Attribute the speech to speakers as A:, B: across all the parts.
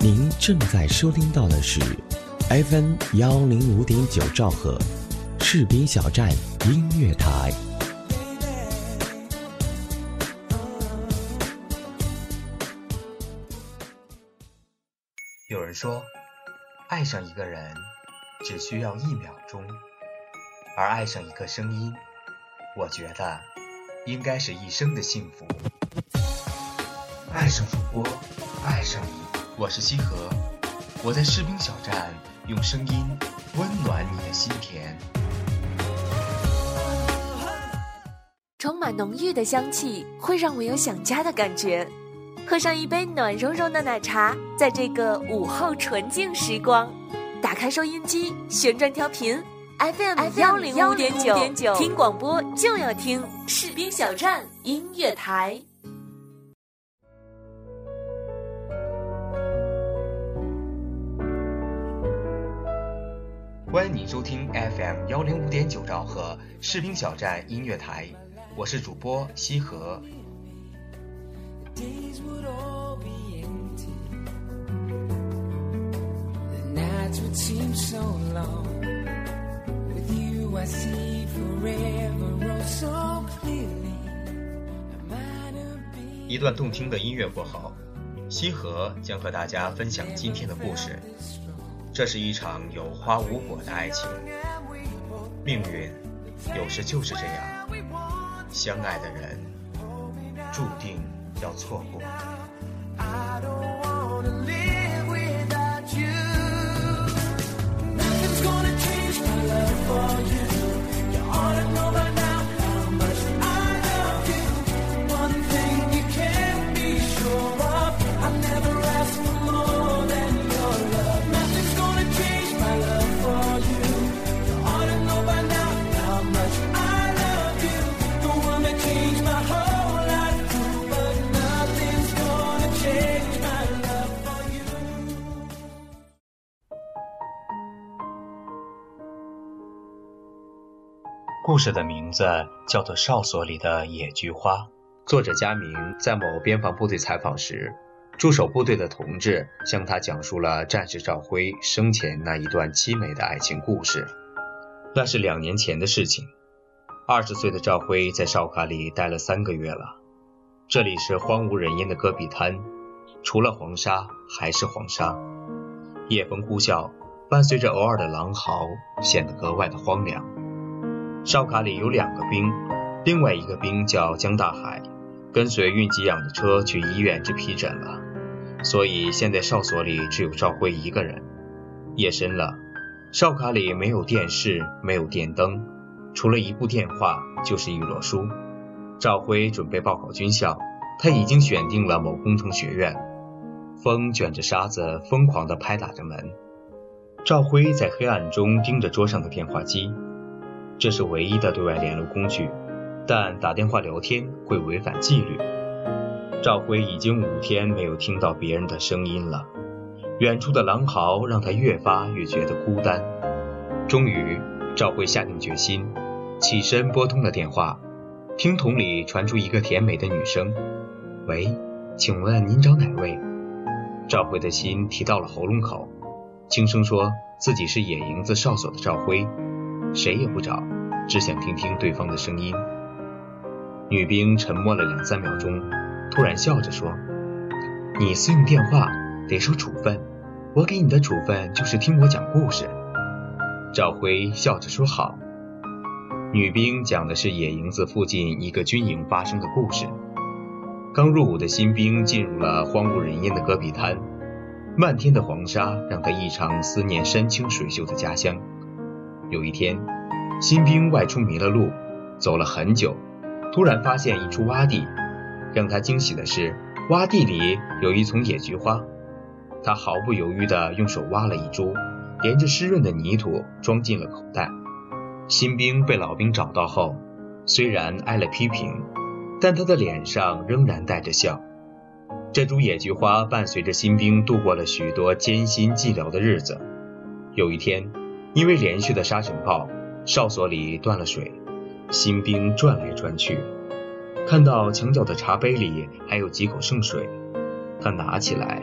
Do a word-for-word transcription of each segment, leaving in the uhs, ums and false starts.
A: 您正在收听到的是 F M 幺零五点九兆赫士兵小站音乐台。
B: 有人说，爱上一个人只需要一秒钟，而爱上一个声音，我觉得应该是一生的幸福。爱上主播，爱上你，我是西河，我在士兵小站用声音温暖你的心田。
C: 充满浓郁的香气会让我有想家的感觉，喝上一杯暖融融的奶茶，在这个午后纯净时光，打开收音机，旋转调频 F M 幺零五点九，听广播就要听士兵小站音乐台。
B: 欢迎你收听 F M 幺零五点九兆赫士兵小站音乐台，我是主播西河。一段动听的音乐过后，西河将和大家分享今天的故事。这是一场有花无果的爱情，命运有时就是这样，相爱的人注定要错过。故事的名字叫做《哨所里的野菊花》，作者佳明在某边防部队采访时，驻守部队的同志向他讲述了战士赵辉生前那一段凄美的爱情故事。那是两年前的事情，二十岁的赵辉在哨卡里待了三个月了。这里是荒无人烟的戈壁滩，除了黄沙还是黄沙，夜风呼啸，伴随着偶尔的狼嚎，显得格外的荒凉。哨卡里有两个兵，另外一个兵叫江大海，跟随运给养的车去医院治皮疹了，所以现在哨所里只有赵辉一个人。夜深了，哨卡里没有电视，没有电灯，除了一部电话就是一摞书。赵辉准备报考军校，他已经选定了某工程学院。风卷着沙子疯狂地拍打着门，赵辉在黑暗中盯着桌上的电话机，这是唯一的对外联络工具，但打电话聊天会违反纪律。赵辉已经五天没有听到别人的声音了，远处的狼嚎让他越发越觉得孤单。终于，赵辉下定决心，起身拨通了电话，听筒里传出一个甜美的女声：“喂，请问您找哪位？”赵辉的心提到了喉咙口，轻声说自己是野营子哨所的赵辉，谁也不找，只想听听对方的声音。女兵沉默了两三秒钟，突然笑着说：“你私用电话得受处分，我给你的处分就是听我讲故事。”赵辉笑着说：“好。”女兵讲的是野营子附近一个军营发生的故事。刚入伍的新兵进入了荒无人烟的戈壁滩，漫天的黄沙让他异常思念山清水秀的家乡。有一天，新兵外出迷了路，走了很久，突然发现一处洼地。让他惊喜的是，洼地里有一丛野菊花。他毫不犹豫地用手挖了一株，连着湿润的泥土装进了口袋。新兵被老兵找到后，虽然挨了批评，但他的脸上仍然带着笑。这株野菊花伴随着新兵度过了许多艰辛寂寥的日子。有一天，因为连续的沙尘暴，哨所里断了水，新兵转来转去，看到墙角的茶杯里还有几口剩水，他拿起来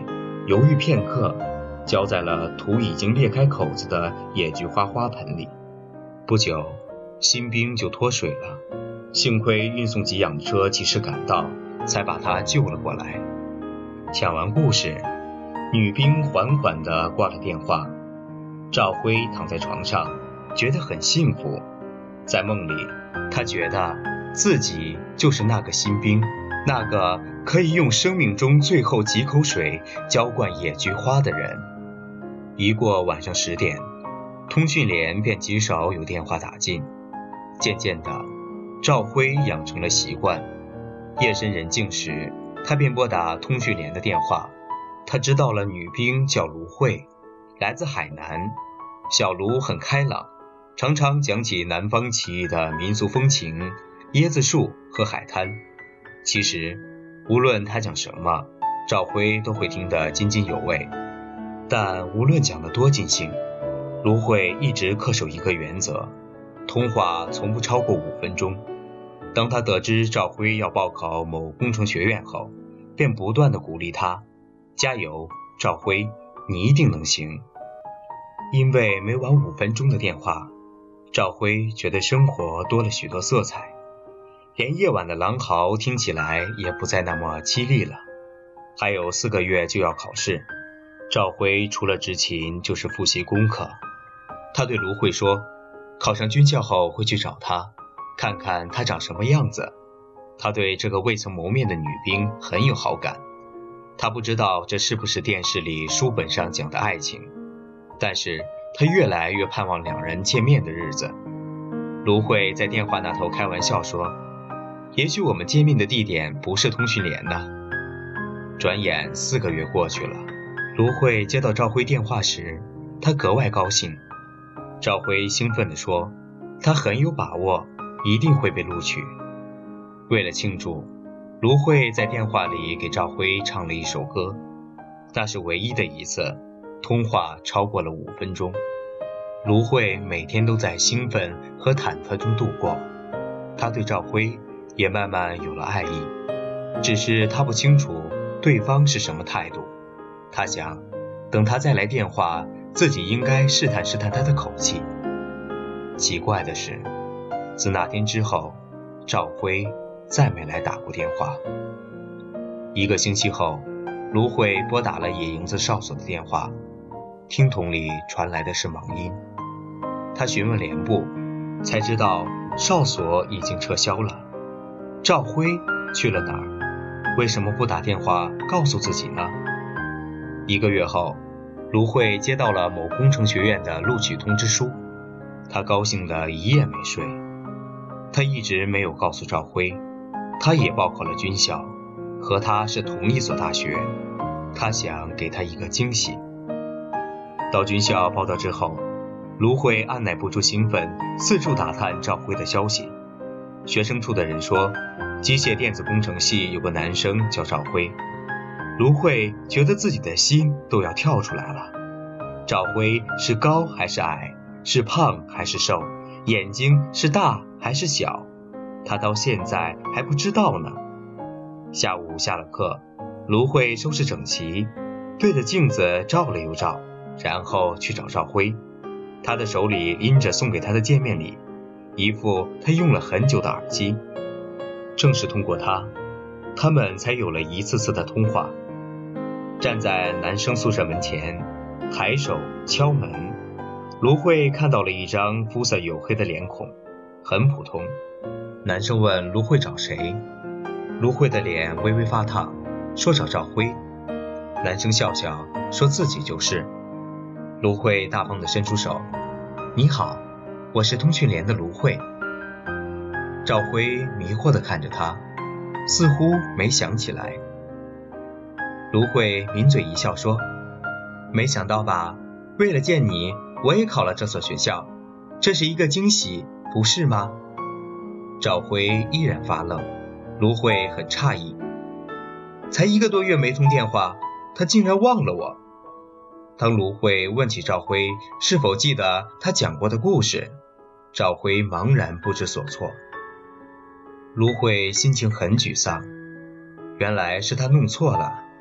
B: 犹豫片刻，浇在了土已经裂开口子的野菊花花盆里。不久，新兵就脱水了，幸亏运送给养的车及时赶到，才把他救了过来。讲完故事，女兵缓缓地挂了电话。赵辉躺在床上，觉得很幸福。在梦里，他觉得自己就是那个新兵，那个可以用生命中最后几口水浇灌野菊花的人。一过晚上十点，通讯连便极少有电话打进。渐渐的，赵辉养成了习惯，夜深人静时，他便拨打通讯连的电话。他知道了女兵叫卢慧，来自海南。小卢很开朗，常常讲起南方奇异的民俗风情、椰子树和海滩。其实无论他讲什么，赵辉都会听得津津有味。但无论讲得多尽兴，卢慧一直恪守一个原则，通话从不超过五分钟。当他得知赵辉要报考某工程学院后，便不断地鼓励他，加油，赵辉，你一定能行。因为每晚五分钟的电话，赵辉觉得生活多了许多色彩，连夜晚的狼嚎听起来也不再那么凄厉了。还有四个月就要考试，赵辉除了执勤就是复习功课。他对卢慧说，考上军校后会去找她，看看她长什么样子。他对这个未曾谋面的女兵很有好感。他不知道这是不是电视里书本上讲的爱情，但是他越来越盼望两人见面的日子。卢慧在电话那头开玩笑说，也许我们见面的地点不是通讯连呢。转眼四个月过去了，卢慧接到赵辉电话时，他格外高兴。赵辉兴奋地说，他很有把握，一定会被录取。为了庆祝，卢慧在电话里给赵辉唱了一首歌，那是唯一的一次通话超过了五分钟。卢慧每天都在兴奋和忐忑中度过，他对赵辉也慢慢有了爱意，只是他不清楚对方是什么态度。他想，等他再来电话，自己应该试探试探他的口气。奇怪的是，自那天之后，赵辉再没来打过电话。一个星期后，卢慧拨打了野营子哨所的电话，听筒里传来的是忙音。他询问连部，才知道哨所已经撤销了。赵辉去了哪儿？为什么不打电话告诉自己呢？一个月后，卢慧接到了某工程学院的录取通知书，他高兴得一夜没睡。他一直没有告诉赵辉，他也报考了军校，和他是同一所大学，他想给他一个惊喜。到军校报到之后，卢慧按耐不住兴奋，四处打探赵辉的消息。学生处的人说，机械电子工程系有个男生叫赵辉。卢慧觉得自己的心都要跳出来了。赵辉是高还是矮？是胖还是瘦？眼睛是大还是小？他到现在还不知道呢。下午下了课，卢慧收拾整齐，对着镜子照了又照，然后去找赵辉。他的手里拎着送给他的见面礼，一副他用了很久的耳机。正是通过他，他们才有了一次次的通话。站在男生宿舍门前，抬手敲门，卢慧看到了一张肤色黝黑的脸孔，很普通。男生问卢慧找谁，卢慧的脸微微发烫，说找赵辉。男生笑笑，说自己就是。卢慧大方地伸出手，你好，我是通讯连的卢慧。赵辉迷惑地看着他，似乎没想起来。卢慧抿嘴一笑说，没想到吧，为了见你，我也考了这所学校，这是一个惊喜，不是吗？赵辉依然发愣，卢慧很诧异，才一个多月没通电话，他竟然忘了我。当卢慧问起赵辉是否记得他讲过的故事，赵辉茫然不知所措。卢慧心情很沮丧，原来是他弄错了。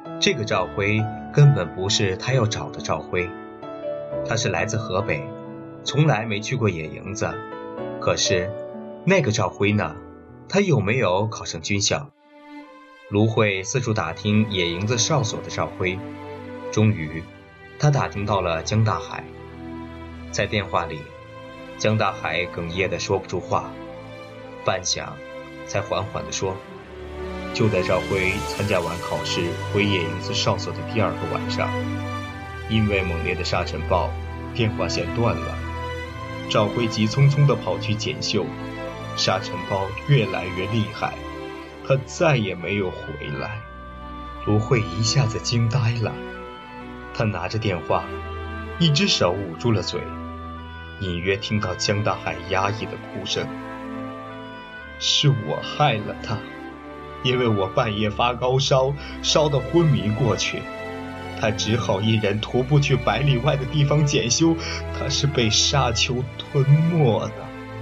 B: 这个赵辉根本不是他要找的赵辉，他是来自河北，从来没去过野营子。可是那个赵辉呢，他有没有考上军校？卢慧四处打听野营子哨所的赵辉，终于他打听到了江大海。在电话里，江大海哽咽地说不出话，半晌才缓缓地说，就在赵辉参加完考试回野营子哨所的第二个晚上，因为猛烈的沙尘暴，电话线断了。赵辉急匆匆地跑去检修，沙尘暴越来越厉害，他再也没有回来。卢慧一下子惊呆了，他拿着电话，一只手捂住了嘴，隐约听到江大海压抑的哭声。是我害了他，因为我半夜发高烧，烧得昏迷过去，他只好一人徒步去百里外的地方检修，他是被沙丘吞没的。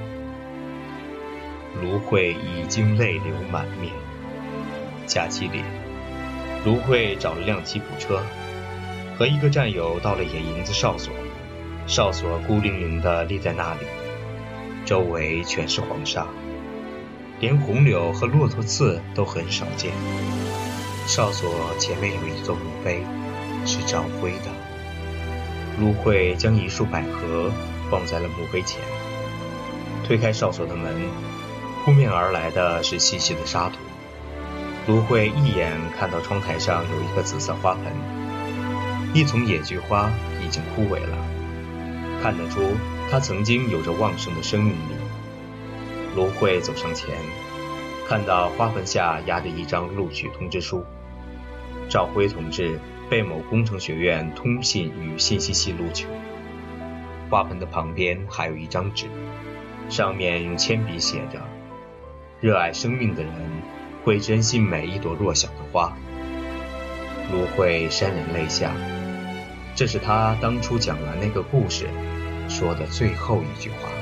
B: 卢慧已经泪流满面。假期里，卢慧找了辆吉普车，和一个战友到了野营子哨所。哨所孤零零地立在那里，周围全是黄沙，连红柳和骆驼刺都很少见。哨所前面有一座墓碑，是赵辉的。卢慧将一束百合放在了墓碑前，推开哨所的门，扑面而来的是细细的沙土。卢慧一眼看到窗台上有一个紫色花盆，一丛野菊花已经枯萎了，看得出它曾经有着旺盛的生命力。卢慧走上前，看到花盆下压着一张录取通知书，赵辉同志被某工程学院通信与信息系录取。花盆的旁边还有一张纸，上面用铅笔写着，热爱生命的人会珍惜每一朵弱小的花。卢慧潸然泪下，这是他当初讲完那个故事说的最后一句话。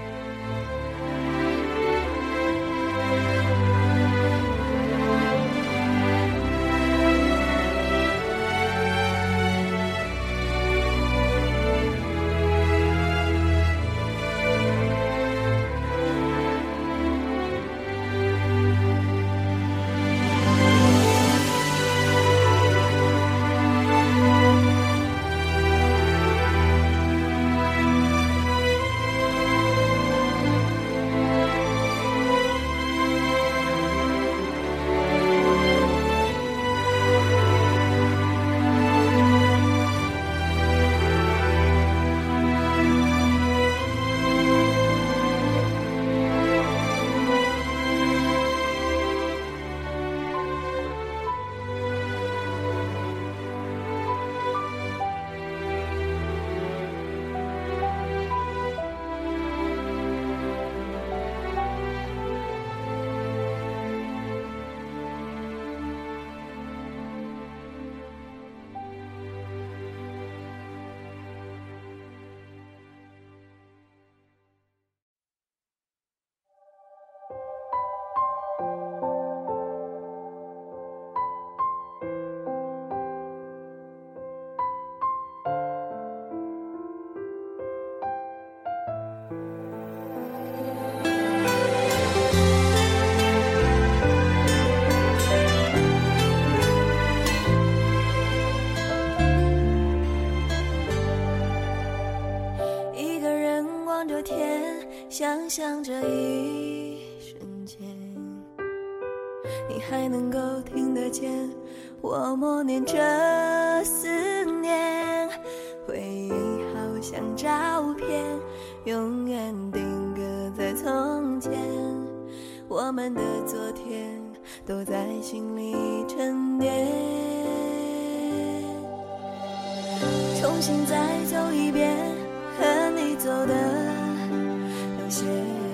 D: 想象着一瞬间，你还能够听得见我默念着思念，回忆好像照片，永远定格在从前，我们的昨天都在心里沉淀，重新再走一遍和你走的路线，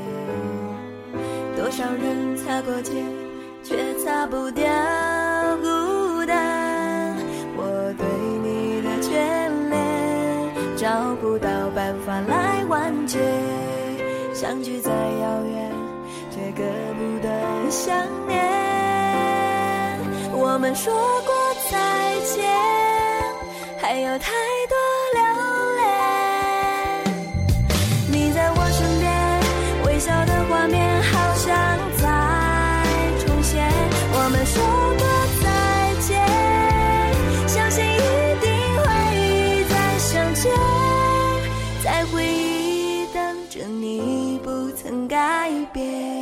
D: 多少人擦过肩，却擦不掉孤单，我对你的眷恋，找不到办法来挽救，相聚在遥远却割不断想念，我们说过再见，还有太多留恋。你在我身边，微笑的画面好像在重现。我们说过再见，相信一定会再相见，在回忆等着你，不曾改变。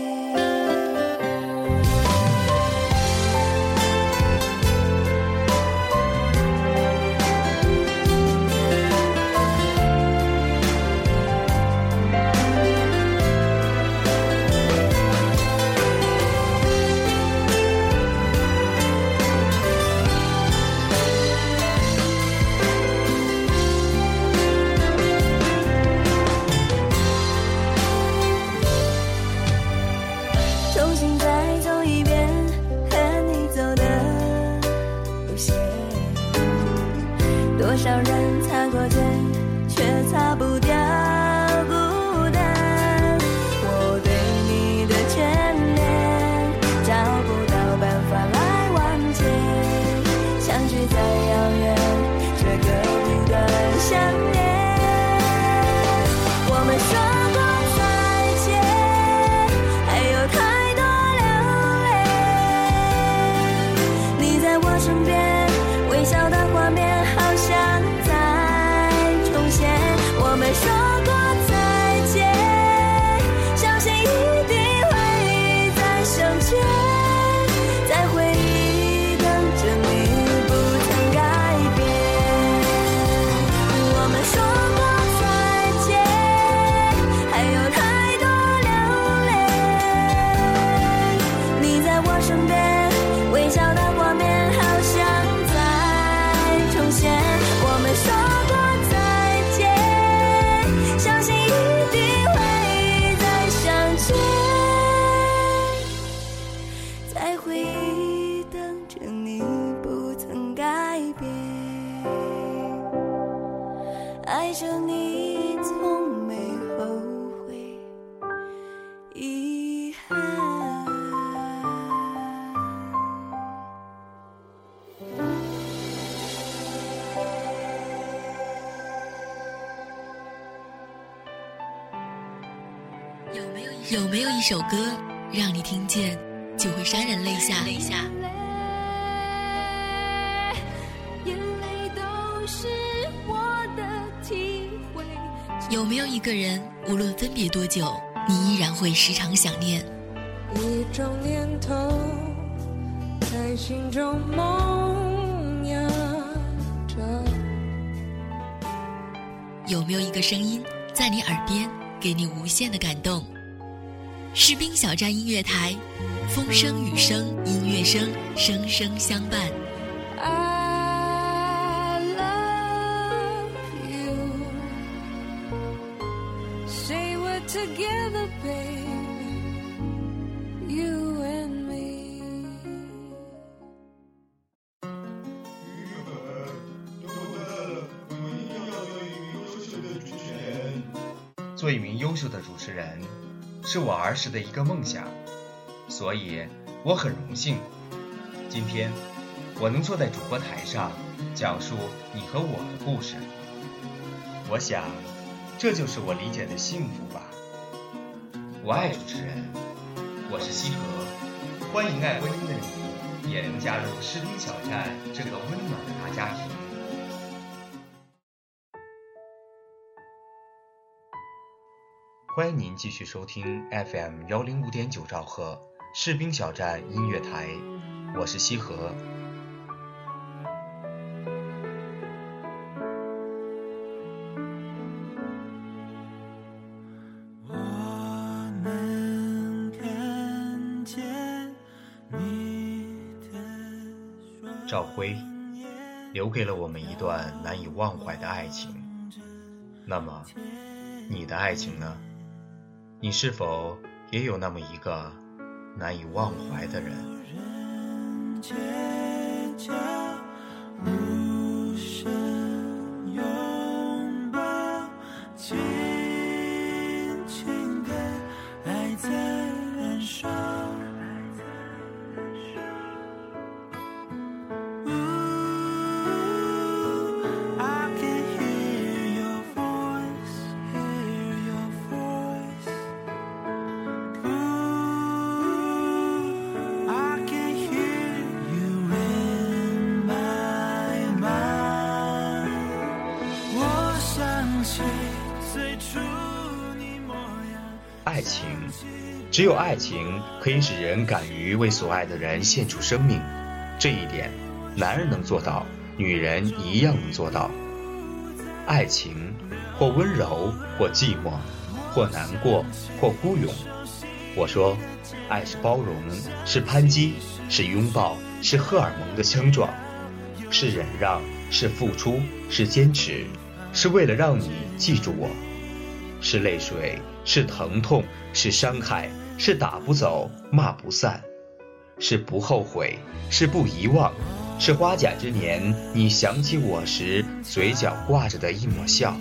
D: 多少人擦过肩，却擦不掉孤单。我对你的眷恋，找不到办法来完结。相聚在遥远，却隔不断想念。我们说过再见，还有太多留恋。你在我身边，微笑的画面好像在重现。我们说过再见，相信一定会再相见，在回忆等着你，不曾改变。我们说过再见，还有太多留恋。你在我身边，微笑的画面好像在重现。我们说过再见，相信一定会再相见，在回忆等着你，不曾改变。爱着你，从没后悔遗憾。
E: 有没有一有没有一首歌让你听见就会潸然泪下？泪下。
D: 眼泪都是我的体会。
E: 有没有一个人，无论分别多久，你依然会时常想念？
F: 一种念头在心中萌芽着。
E: 有没有一个声音在你耳边，给你无限的感动？士兵小站音乐台，风声雨声音乐声，声声相伴。
F: I love you. Say we're together, baby, you and me.
B: 做一名优秀的主持人是我儿时的一个梦想，所以我很荣幸今天我能坐在主播台上讲述你和我的故事。我想这就是我理解的幸福吧。我爱主持人，我是西河，欢迎爱播音的你也能加入士兵小站这个温暖的大家庭。欢迎您继续收听 F M 一零五点九兆赫士兵小站音乐台，我是西河。赵辉留给了我们一段难以忘怀的爱情，那么你的爱情呢？你是否也有那么一个难以忘怀的人？无声拥抱，轻轻的爱在燃烧，无爱情。只有爱情可以使人敢于为所爱的人献出生命，这一点男人能做到，女人一样能做到。爱情或温柔或寂寞，或难过或孤勇。我说爱是包容，是攀击，是拥抱，是荷尔蒙的相撞，是忍让，是付出，是坚持，是为了让你记住我，是泪水，是疼痛，是伤害，是打不走骂不散，是不后悔，是不遗忘，是花甲之年你想起我时嘴角挂着的一抹笑。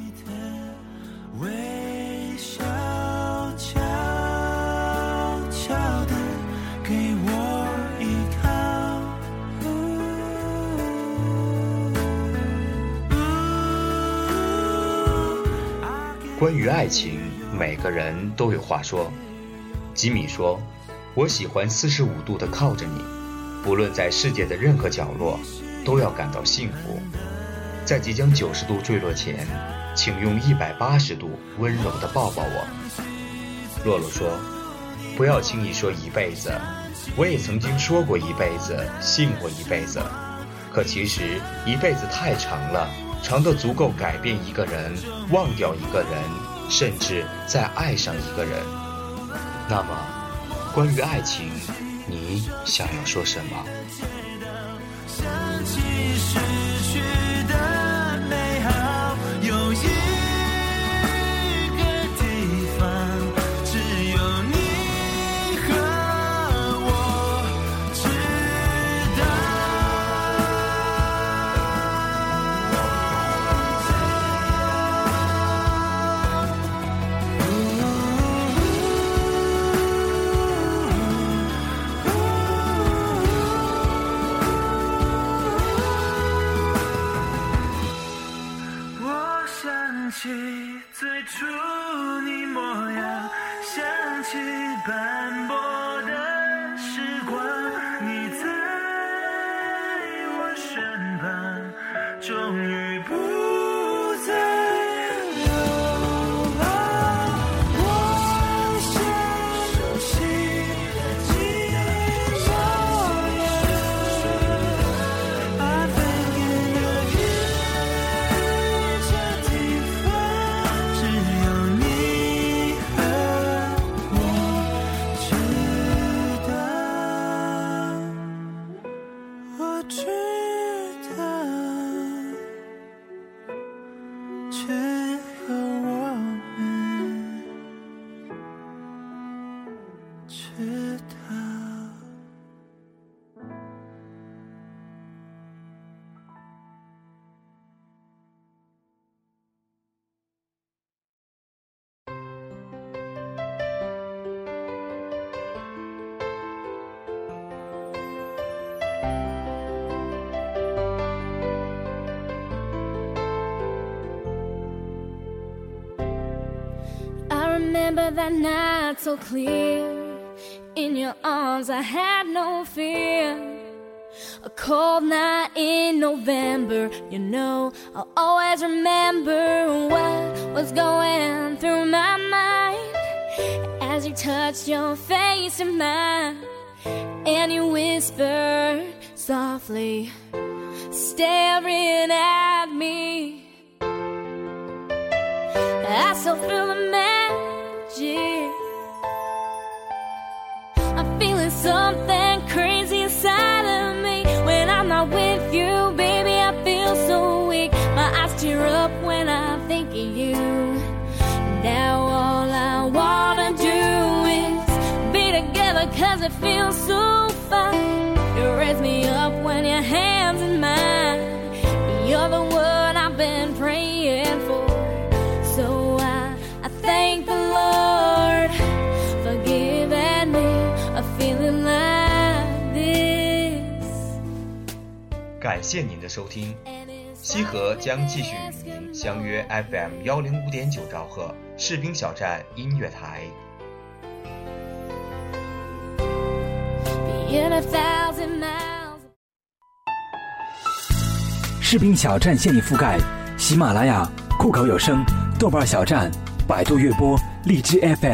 B: 关于爱情，每个人都有话说。吉米说，我喜欢四十五度地靠着你，不论在世界的任何角落，都要感到幸福。在即将九十度坠落前，请用一百八十度温柔地抱抱我。洛洛说，不要轻易说一辈子，我也曾经说过一辈子，信过一辈子，可其实一辈子太长了，长得足够改变一个人，忘掉一个人，甚至再爱上一个人。那么关于爱情，你想要说什么？想起失去的美好，有一个地方只有你和我知最初你模样，想起斑驳的时光，你在我身旁，终于不再流浪。我想熟悉你模样， I think of you， 这地方只有你和我知道，我知道，只有我们知道。
G: I remember that night so clear. In your arms I had no fear. A cold night in November. You know I'll always remember what was going through my mind as you touched your face in mine, and you whispered softly, staring at me. I still feel the magic. I'm feeling something crazy inside of me. When I'm not with you, baby, I feel so weak. My eyes tear up when I think of you. Now all I wanna do is be together, cause it feels so fine. You raise me up when your hand's in mine. You're the one I've been praying for. So I, I thank the Lord for giving me a feeling like this.
B: 感谢您的收听，西河将继续与您相约 F M 一零五点九兆赫士兵小站音乐台。
H: 士兵小站现已覆盖喜马拉雅、酷狗有声、豆瓣小站、百度乐播、荔枝 F M、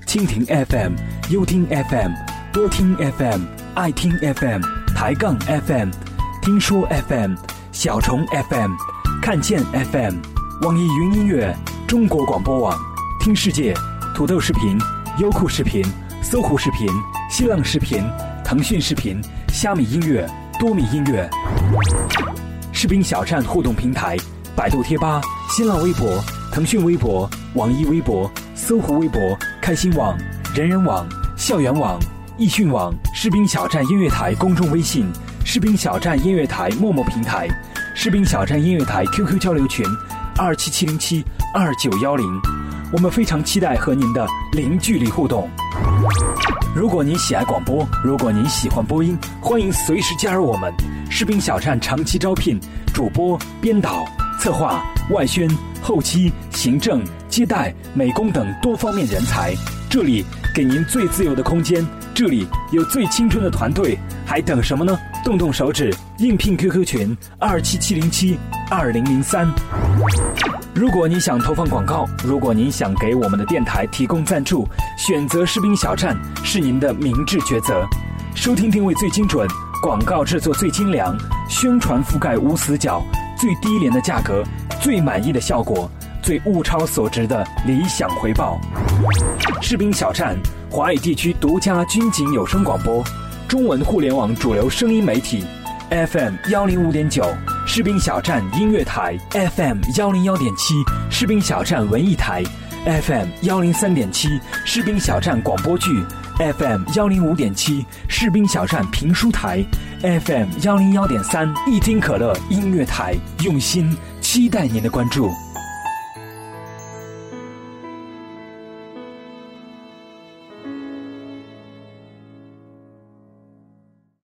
H: 蜻蜓 F M、优听 F M、多听 F M、爱听 F M、抬杠 F M、听说 F M、小虫 F M、看见 F M、网易云音乐、中国广播网、听世界、土豆视频、优酷视频、搜狐视频、新浪视频、腾讯视频、虾米音乐、多米音乐。士兵小站互动平台：百度贴吧、新浪微博、腾讯微博、网易微博、搜狐微博、开心网、人人网、校园网、易讯网、士兵小站音乐台公众微信、士兵小站音乐台陌陌平台、士兵小站音乐台 Q Q 交流群二七七零七二九一零。我们非常期待和您的零距离互动。如果您喜爱广播，如果您喜欢播音，欢迎随时加入我们。士兵小站长期招聘主播、编导、策划、外宣、后期、行政、接待、美工等多方面人才，这里给您最自由的空间，这里有最青春的团队，还等什么呢？动动手指，应聘 Q Q 群二七七零七二零零三。如果您想投放广告，如果您想给我们的电台提供赞助，选择士兵小站是您的明智抉择。收听定位最精准，广告制作最精良，宣传覆盖无死角，最低廉的价格，最满意的效果，最物超所值的理想回报。士兵小站，华语地区独家军警有声广播，中文互联网主流声音媒体 ，F M 幺零五点九，士兵小站音乐台 ，F M 幺零幺点七，士兵小站文艺台 ，F M 幺零三点七，士兵小站广播剧 ，F M 幺零五点七，士兵小站评书台 ，F M 幺零幺点三，一听可乐音乐台，用心期待您的关注。